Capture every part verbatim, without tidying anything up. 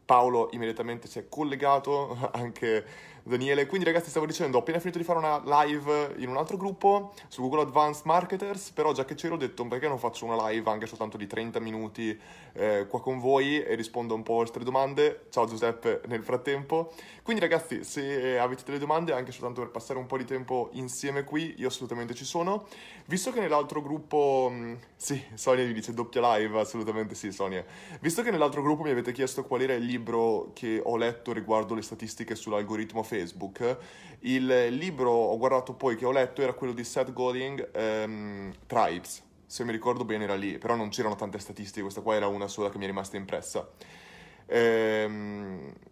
Paolo immediatamente si è collegato, anche Daniele. Quindi ragazzi, stavo dicendo, ho appena finito di fare una live in un altro gruppo su Google Advanced Marketers, però già che c'ero ho detto perché non faccio una live anche soltanto di trenta minuti eh, qua con voi e rispondo un po' alle vostre domande. Ciao Giuseppe nel frattempo. Quindi ragazzi, se avete delle domande anche soltanto per passare un po' di tempo insieme qui, io assolutamente ci sono. Visto che nell'altro gruppo, mh, sì, Sonia mi dice doppia live, assolutamente sì Sonia. Visto che nell'altro gruppo mi avete chiesto qual era il libro che ho letto riguardo le statistiche sull'algoritmo Facebook, il libro ho guardato poi che ho letto era quello di Seth Godin, ehm, Tribes, se mi ricordo bene era lì, però non c'erano tante statistiche, questa qua era una sola che mi è rimasta impressa. Ehm,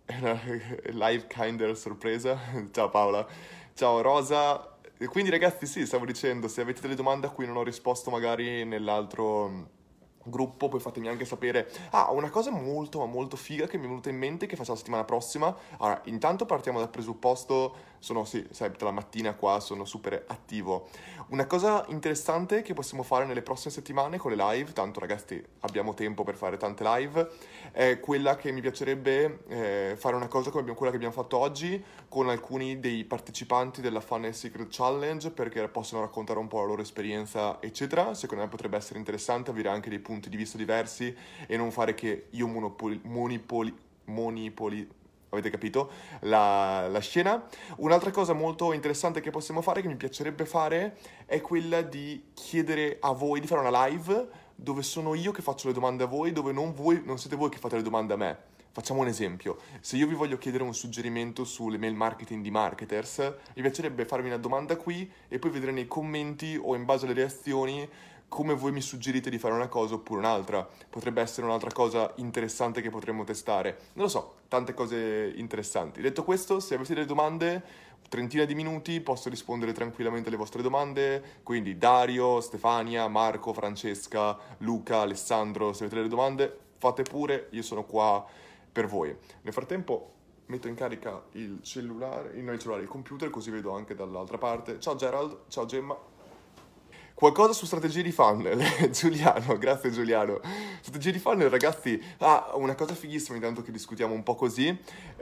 live kinder sorpresa, ciao Paola, ciao Rosa. E quindi ragazzi sì, stavo dicendo, se avete delle domande a cui non ho risposto magari nell'altro gruppo, poi fatemi anche sapere. Ah, una cosa molto ma molto figa che mi è venuta in mente che faccio la settimana prossima. Allora, intanto partiamo dal presupposto, sono sì, sai, la mattina qua sono super attivo. Una cosa interessante che possiamo fare nelle prossime settimane con le live, tanto ragazzi abbiamo tempo per fare tante live, è quella che mi piacerebbe eh, fare una cosa come abbiamo- quella che abbiamo fatto oggi con alcuni dei partecipanti della Fun and Secret Challenge, perché possono raccontare un po' la loro esperienza, eccetera. Secondo me potrebbe essere interessante avere anche dei punti di vista diversi e non fare che io monopoli, monopoli, monopoli avete capito, la, la scena. Un'altra cosa molto interessante che possiamo fare, che mi piacerebbe fare, è quella di chiedere a voi di fare una live dove sono io che faccio le domande a voi, dove non, voi, non siete voi che fate le domande a me. Facciamo un esempio. Se io vi voglio chiedere un suggerimento sull'email marketing di marketers, mi piacerebbe farvi una domanda qui e poi vedere nei commenti o in base alle reazioni come voi mi suggerite di fare una cosa oppure un'altra. Potrebbe essere un'altra cosa interessante che potremmo testare. Non lo so, tante cose interessanti. Detto questo, se avete delle domande, trentina di minuti, posso rispondere tranquillamente alle vostre domande. Quindi Dario, Stefania, Marco, Francesca, Luca, Alessandro, se avete delle domande, fate pure, io sono qua per voi. Nel frattempo metto in carica il cellulare, non il cellulare, il computer, così vedo anche dall'altra parte. Ciao Gerald, ciao Gemma. Qualcosa su strategie di funnel, Giuliano, grazie Giuliano. Strategie di funnel, ragazzi, ah, una cosa fighissima intanto che discutiamo un po' così.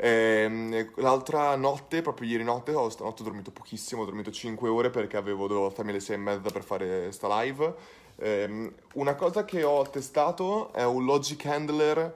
Ehm, l'altra notte, proprio ieri notte, ho, stanotte ho dormito pochissimo, ho dormito cinque ore perché avevo, dovevo alzarmi alle sei e mezza per fare sta live. Ehm, una cosa che ho testato è un logic handler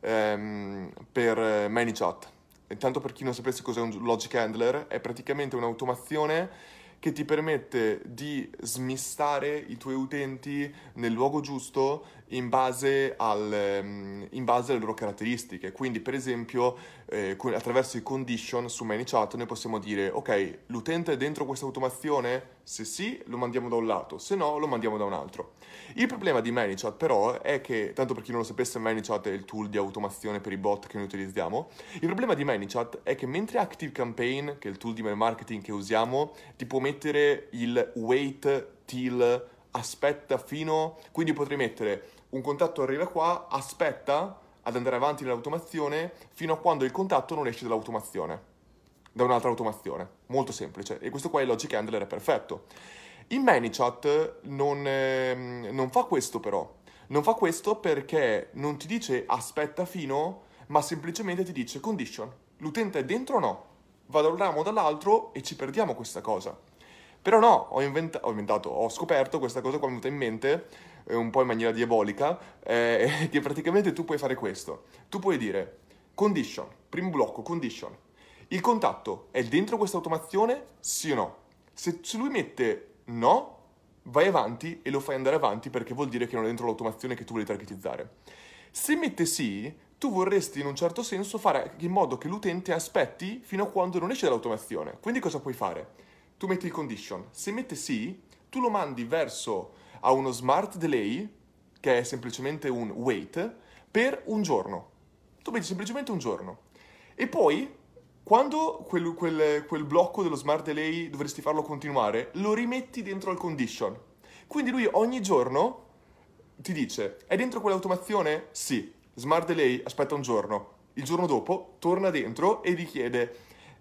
ehm, per ManyChat. Intanto per chi non sapesse cos'è un logic handler, è praticamente un'automazione che ti permette di smistare i tuoi utenti nel luogo giusto in base, al, ehm, in base alle loro caratteristiche. Quindi, per esempio, eh, con- attraverso i condition su ManyChat noi possiamo dire: ok, l'utente è dentro questa automazione? Se sì, lo mandiamo da un lato, se no, lo mandiamo da un altro. Il problema di ManyChat, però, è che, tanto per chi non lo sapesse, ManyChat è il tool di automazione per i bot che noi utilizziamo. Il problema di ManyChat è che mentre ActiveCampaign, che è il tool di mail marketing che usiamo, ti può mettere il wait till, aspetta fino, quindi potrei mettere un contatto arriva qua, aspetta ad andare avanti nell'automazione fino a quando il contatto non esce dall'automazione, da un'altra automazione. Molto semplice. E questo qua il Logic Handler è perfetto. In ManyChat non, ehm, non fa questo però. Non fa questo perché non ti dice aspetta fino, ma semplicemente ti dice condition. L'utente è dentro o no? Va da un ramo o dall'altro e ci perdiamo questa cosa. Però no, ho, inventa- ho inventato, ho scoperto questa cosa qua, mi è venuta in mente, eh, un po' in maniera diabolica, eh, che praticamente tu puoi fare questo. Tu puoi dire condition, primo blocco, condition. Il contatto è dentro questa automazione? Sì o no? Se, se lui mette no, vai avanti e lo fai andare avanti perché vuol dire che non è dentro l'automazione che tu vuoi targetizzare. Se mette sì, tu vorresti in un certo senso fare in modo che l'utente aspetti fino a quando non esce dall'automazione. Quindi cosa puoi fare? Tu metti il condition. Se mette sì, tu lo mandi verso a uno smart delay, che è semplicemente un wait, per un giorno. Tu metti semplicemente un giorno. E poi, quando quel, quel, quel blocco dello smart delay dovresti farlo continuare, lo rimetti dentro al condition. Quindi lui ogni giorno ti dice, è dentro quell'automazione? Sì. Smart delay, aspetta un giorno. Il giorno dopo torna dentro e ti chiede,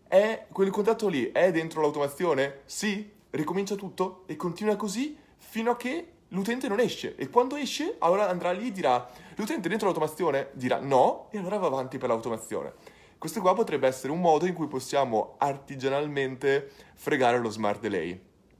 è quel contatto lì è dentro l'automazione? Sì. Ricomincia tutto e continua così fino a che l'utente non esce, e quando esce allora andrà lì e dirà l'utente dentro l'automazione dirà no, e allora va avanti per l'automazione. Questo qua potrebbe essere un modo in cui possiamo artigianalmente fregare lo smart delay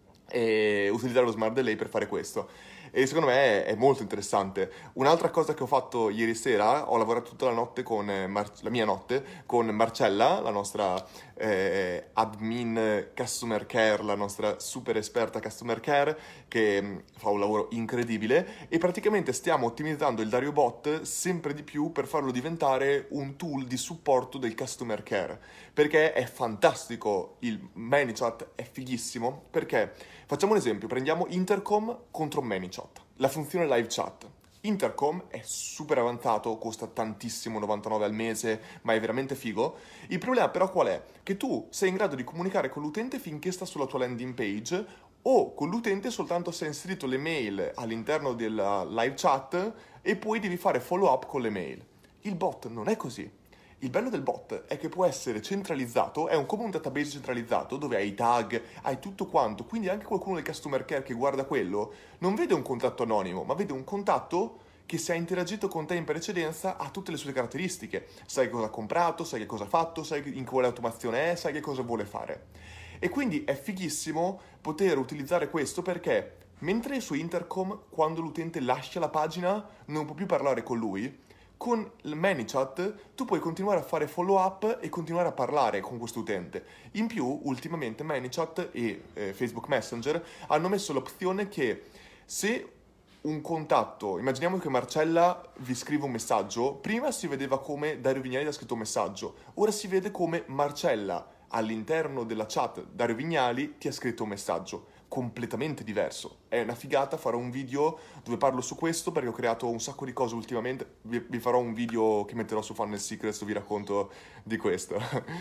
e utilizzare lo smart delay per fare questo. E secondo me è, è molto interessante. Un'altra cosa che ho fatto ieri sera, ho lavorato tutta la notte con eh, Mar- la mia notte con Marcella, la nostra eh, admin customer care, la nostra super esperta customer care, che mh, fa un lavoro incredibile, e praticamente stiamo ottimizzando il Dario Bot sempre di più per farlo diventare un tool di supporto del customer care, perché è fantastico. Il ManyChat è fighissimo, perché facciamo un esempio, prendiamo Intercom contro ManyChat, la funzione live chat. Intercom è super avanzato, costa tantissimo, novantanove al mese, ma è veramente figo. Il problema però qual è? Che tu sei in grado di comunicare con l'utente finché sta sulla tua landing page, o con l'utente soltanto se hai inserito le mail all'interno della live chat e poi devi fare follow up con le mail. Il bot non è così. Il bello del bot è che può essere centralizzato, è un, come un database centralizzato dove hai i tag, hai tutto quanto, quindi anche qualcuno del customer care che guarda quello non vede un contatto anonimo, ma vede un contatto che, se ha interagito con te in precedenza, ha tutte le sue caratteristiche. Sai cosa ha comprato, sai che cosa ha fatto, sai in quale automazione è, sai che cosa vuole fare. E quindi è fighissimo poter utilizzare questo, perché mentre su Intercom, quando l'utente lascia la pagina, non può più parlare con lui, con il ManyChat tu puoi continuare a fare follow up e continuare a parlare con questo utente. In più, ultimamente ManyChat e eh, Facebook Messenger hanno messo l'opzione che se un contatto, immaginiamo che Marcella vi scrive un messaggio, prima si vedeva come Dario Vignali ha scritto un messaggio, ora si vede come Marcella all'interno della chat Dario Vignali ti ha scritto un messaggio completamente diverso. È una figata, farò un video dove parlo su questo, perché ho creato un sacco di cose ultimamente. Vi, vi farò un video che metterò su Funnel Secrets dove vi racconto di questo.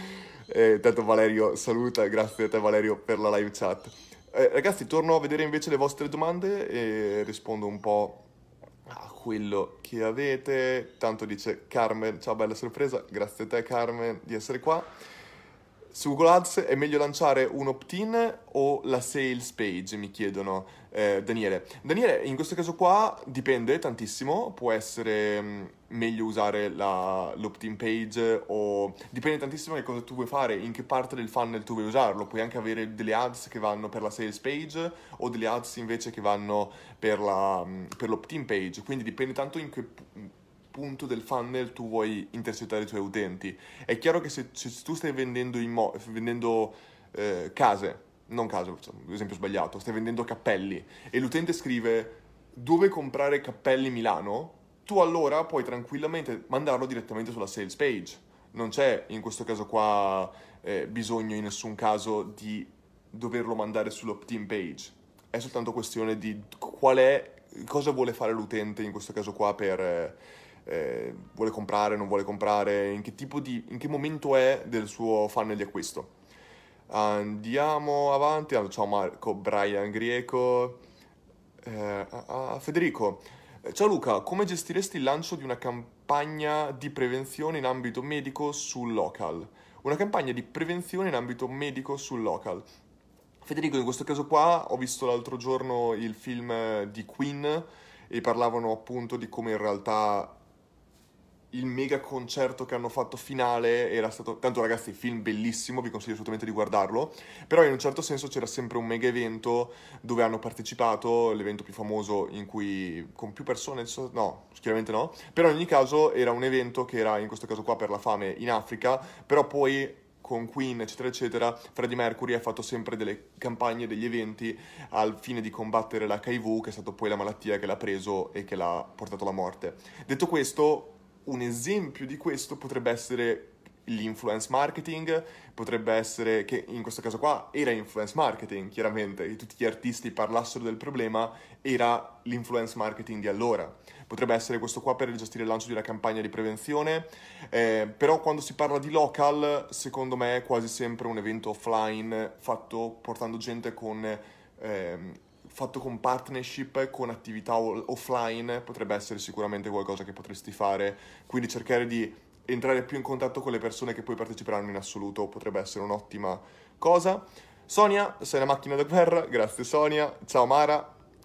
E tanto Valerio saluta, grazie a te Valerio per la live chat. Eh, ragazzi, torno a vedere invece le vostre domande e rispondo un po' a quello che avete. Tanto dice Carmen, ciao, bella sorpresa, grazie a te Carmen di essere qua. Su Google Ads è meglio lanciare un opt-in o la sales page, mi chiedono, eh, Daniele. Daniele, in questo caso qua dipende tantissimo, può essere mh, meglio usare la, l'opt-in page, o dipende tantissimo che cosa tu vuoi fare, in che parte del funnel tu vuoi usarlo. Puoi anche avere delle ads che vanno per la sales page o delle ads invece che vanno per, la, per l'opt-in page, quindi dipende tanto in che punto del funnel tu vuoi intercettare i tuoi utenti. È chiaro che se, se tu stai vendendo, immo- vendendo eh, case, non case, esempio sbagliato, stai vendendo cappelli e l'utente scrive dove comprare cappelli Milano, tu allora puoi tranquillamente mandarlo direttamente sulla sales page. Non c'è in questo caso qua eh, bisogno in nessun caso di doverlo mandare sull'opt-in page. È soltanto questione di qual è, cosa vuole fare l'utente in questo caso qua per... Eh, Eh, vuole comprare, non vuole comprare, in che tipo di, in che momento è del suo funnel di acquisto. Andiamo avanti. Ciao Marco, Brian Grieco, eh, ah, Federico. Ciao Luca, come gestiresti il lancio di una campagna di prevenzione in ambito medico sul local? Una campagna di prevenzione in ambito medico sul local. Federico, in questo caso qua ho visto l'altro giorno il film di Queen e parlavano appunto di come in realtà il mega concerto che hanno fatto finale era stato... Tanto ragazzi, il film bellissimo, vi consiglio assolutamente di guardarlo, però in un certo senso c'era sempre un mega evento dove hanno partecipato, l'evento più famoso in cui con più persone, no, chiaramente no, però in ogni caso era un evento che era in questo caso qua per la fame in Africa, però poi con Queen eccetera eccetera, Freddie Mercury ha fatto sempre delle campagne, degli eventi al fine di combattere l'H I V, che è stato poi la malattia che l'ha preso e che l'ha portato alla morte. Detto questo, un esempio di questo potrebbe essere l'influence marketing, potrebbe essere che in questo caso qua era influence marketing, chiaramente, che tutti gli artisti parlassero del problema, era l'influence marketing di allora. Potrebbe essere questo qua per gestire il lancio di una campagna di prevenzione, eh, però quando si parla di local, secondo me è quasi sempre un evento offline fatto portando gente con... Ehm, fatto con partnership, con attività offline, potrebbe essere sicuramente qualcosa che potresti fare, quindi cercare di entrare più in contatto con le persone che poi parteciperanno in assoluto potrebbe essere un'ottima cosa. Sonia, sei una macchina da guerra, grazie Sonia, ciao Mara,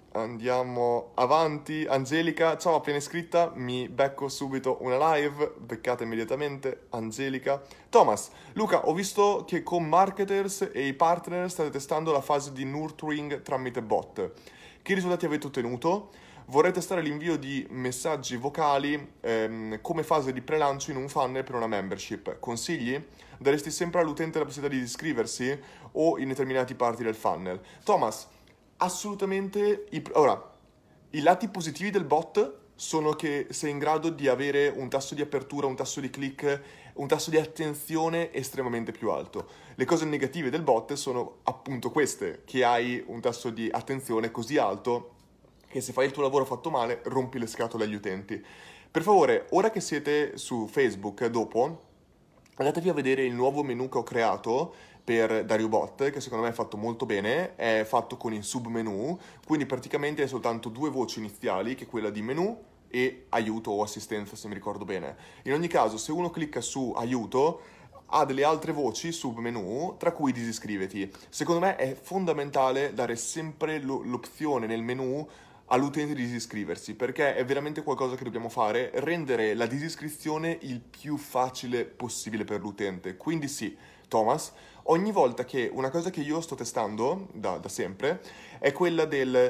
Andiamo avanti. Angelica, ciao, appena iscritta, mi becco subito una live, beccata immediatamente, Angelica. Thomas, Luca, ho visto che con marketers e i partner state testando la fase di nurturing tramite bot. Che risultati avete ottenuto? Vorrei testare l'invio di messaggi vocali ehm, come fase di pre-lancio in un funnel per una membership. Consigli? Daresti sempre all'utente la possibilità di iscriversi o in determinati parti del funnel? Thomas, assolutamente. I, ora, i lati positivi del bot sono che sei in grado di avere un tasso di apertura, un tasso di click, un tasso di attenzione estremamente più alto. Le cose negative del bot sono appunto queste, che hai un tasso di attenzione così alto che se fai il tuo lavoro fatto male rompi le scatole agli utenti. Per favore, ora che siete su Facebook, dopo, andatevi a vedere il nuovo menu che ho creato per DarioBot, che secondo me è fatto molto bene, è fatto con il submenu, quindi praticamente è soltanto due voci iniziali, che è quella di menu e aiuto o assistenza, se mi ricordo bene. In ogni caso, se uno clicca su aiuto, ha delle altre voci submenu, tra cui disiscriviti. Secondo me è fondamentale dare sempre lo- l'opzione nel menu all'utente di disiscriversi, perché è veramente qualcosa che dobbiamo fare, rendere la disiscrizione il più facile possibile per l'utente. Quindi sì, Thomas, ogni volta che una cosa che io sto testando da, da sempre è quella del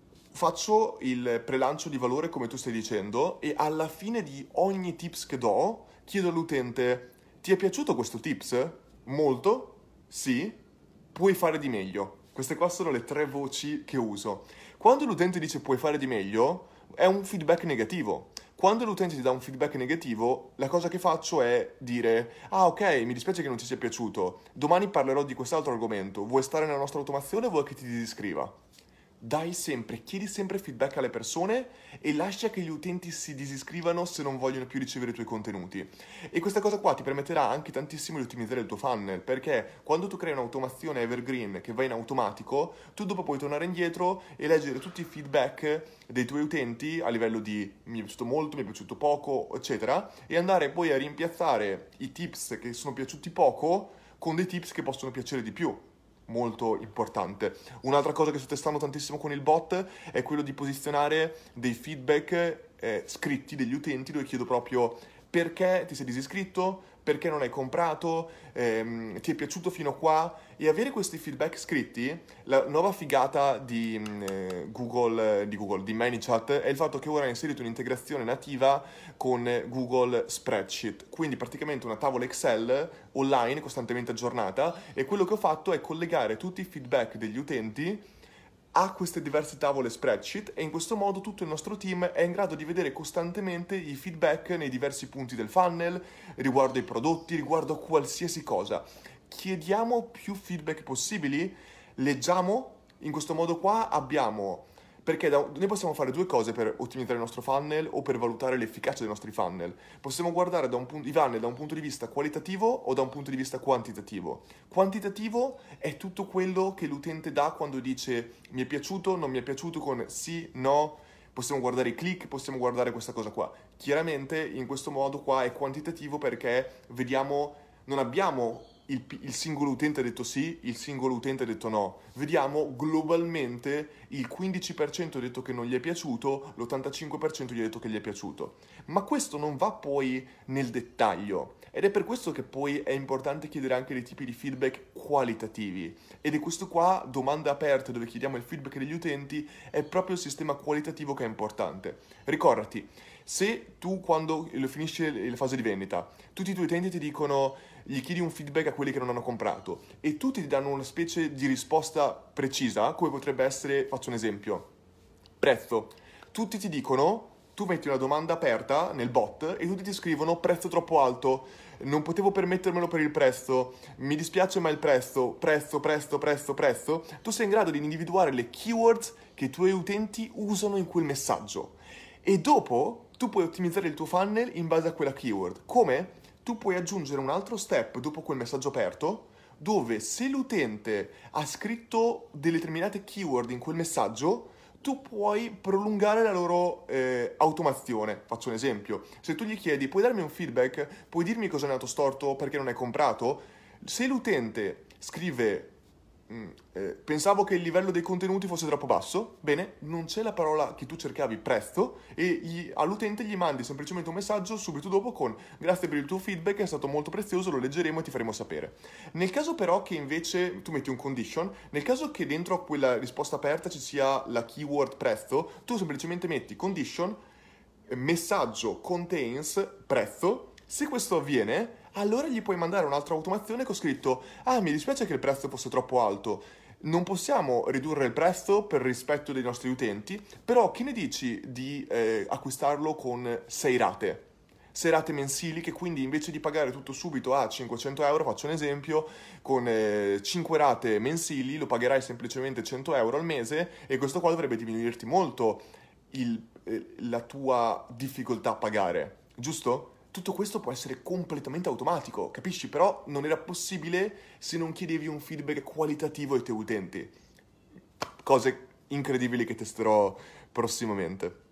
faccio il prelancio di valore come tu stai dicendo e alla fine di ogni tips che do chiedo all'utente: ti è piaciuto questo tips? Molto? Sì? Puoi fare di meglio. Queste qua sono le tre voci che uso. Quando l'utente dice puoi fare di meglio, è un feedback negativo. Quando l'utente ti dà un feedback negativo, la cosa che faccio è dire: ah, ok, mi dispiace che non ti sia piaciuto, domani parlerò di quest'altro argomento, vuoi stare nella nostra automazione o vuoi che ti disiscriva? Dai sempre, chiedi sempre feedback alle persone e lascia che gli utenti si disiscrivano se non vogliono più ricevere i tuoi contenuti. E questa cosa qua ti permetterà anche tantissimo di ottimizzare il tuo funnel, perché quando tu crei un'automazione evergreen che va in automatico, tu dopo puoi tornare indietro e leggere tutti i feedback dei tuoi utenti a livello di mi è piaciuto molto, mi è piaciuto poco, eccetera, e andare poi a rimpiazzare i tips che sono piaciuti poco con dei tips che possono piacere di più. Molto importante. Un'altra cosa che sto testando tantissimo con il bot è quello di posizionare dei feedback eh, scritti degli utenti dove chiedo proprio perché ti sei disiscritto, perché non hai comprato, ehm, ti è piaciuto fino a qua, e avere questi feedback scritti. La nuova figata di, eh, Google, di Google, di ManyChat, è il fatto che ora ha inserito un'integrazione nativa con Google Spreadsheet, quindi praticamente una tavola Excel online costantemente aggiornata, e quello che ho fatto è collegare tutti i feedback degli utenti a queste diverse tavole spreadsheet, e in questo modo tutto il nostro team è in grado di vedere costantemente i feedback nei diversi punti del funnel, riguardo ai prodotti, riguardo a qualsiasi cosa. Chiediamo più feedback possibili, leggiamo, in questo modo qua abbiamo. Perché da- noi possiamo fare due cose per ottimizzare il nostro funnel o per valutare l'efficacia dei nostri funnel. Possiamo guardare da un punto, i funnel da un punto di vista qualitativo o da un punto di vista quantitativo. Quantitativo è tutto quello che l'utente dà quando dice mi è piaciuto, non mi è piaciuto, con sì, no. Possiamo guardare i click, possiamo guardare questa cosa qua. Chiaramente in questo modo qua è quantitativo perché vediamo, non abbiamo il, il singolo utente ha detto sì, il singolo utente ha detto no. Vediamo globalmente il quindici per cento ha detto che non gli è piaciuto, l'ottantacinque per cento gli ha detto che gli è piaciuto. Ma questo non va poi nel dettaglio, ed è per questo che poi è importante chiedere anche dei tipi di feedback qualitativi. Ed è questo qua, domande aperte dove chiediamo il feedback degli utenti, è proprio il sistema qualitativo che è importante. Ricordati, se tu quando finisce la fase di vendita, tutti i tuoi utenti ti dicono, gli chiedi un feedback a quelli che non hanno comprato e tutti ti danno una specie di risposta precisa, come potrebbe essere, faccio un esempio, prezzo. Tutti ti dicono, tu metti una domanda aperta nel bot e tutti ti scrivono prezzo troppo alto, non potevo permettermelo per il prezzo, mi dispiace ma il prezzo, prezzo, prezzo, prezzo, prezzo. Tu sei in grado di individuare le keywords che i tuoi utenti usano in quel messaggio e dopo tu puoi ottimizzare il tuo funnel in base a quella keyword. Come? Tu puoi aggiungere un altro step dopo quel messaggio aperto, dove se l'utente ha scritto delle determinate keyword in quel messaggio, tu puoi prolungare la loro eh, automazione. Faccio un esempio. Se tu gli chiedi, puoi darmi un feedback? Puoi dirmi cosa è andato storto perché non hai comprato? Se l'utente scrive mm, eh, pensavo che il livello dei contenuti fosse troppo basso, bene, non c'è la parola che tu cercavi presto e gli- all'utente gli mandi semplicemente un messaggio subito dopo con grazie per il tuo feedback, è stato molto prezioso, lo leggeremo e ti faremo sapere. Nel caso però che invece tu metti un condition, nel caso che dentro a quella risposta aperta ci sia la keyword prezzo, tu semplicemente metti condition, eh, messaggio contains prezzo. Se questo avviene, allora gli puoi mandare un'altra automazione con scritto ah, mi dispiace che il prezzo fosse troppo alto, non possiamo ridurre il prezzo per rispetto dei nostri utenti, però che ne dici di eh, acquistarlo con sei rate? sei rate mensili che quindi invece di pagare tutto subito a cinquecento euro, faccio un esempio, con eh, cinque rate mensili lo pagherai semplicemente cento euro al mese e questo qua dovrebbe diminuirti molto il- eh, la tua difficoltà a pagare, giusto? Tutto questo può essere completamente automatico, capisci? Però non era possibile se non chiedevi un feedback qualitativo ai tuoi utenti. Cose incredibili che testerò prossimamente.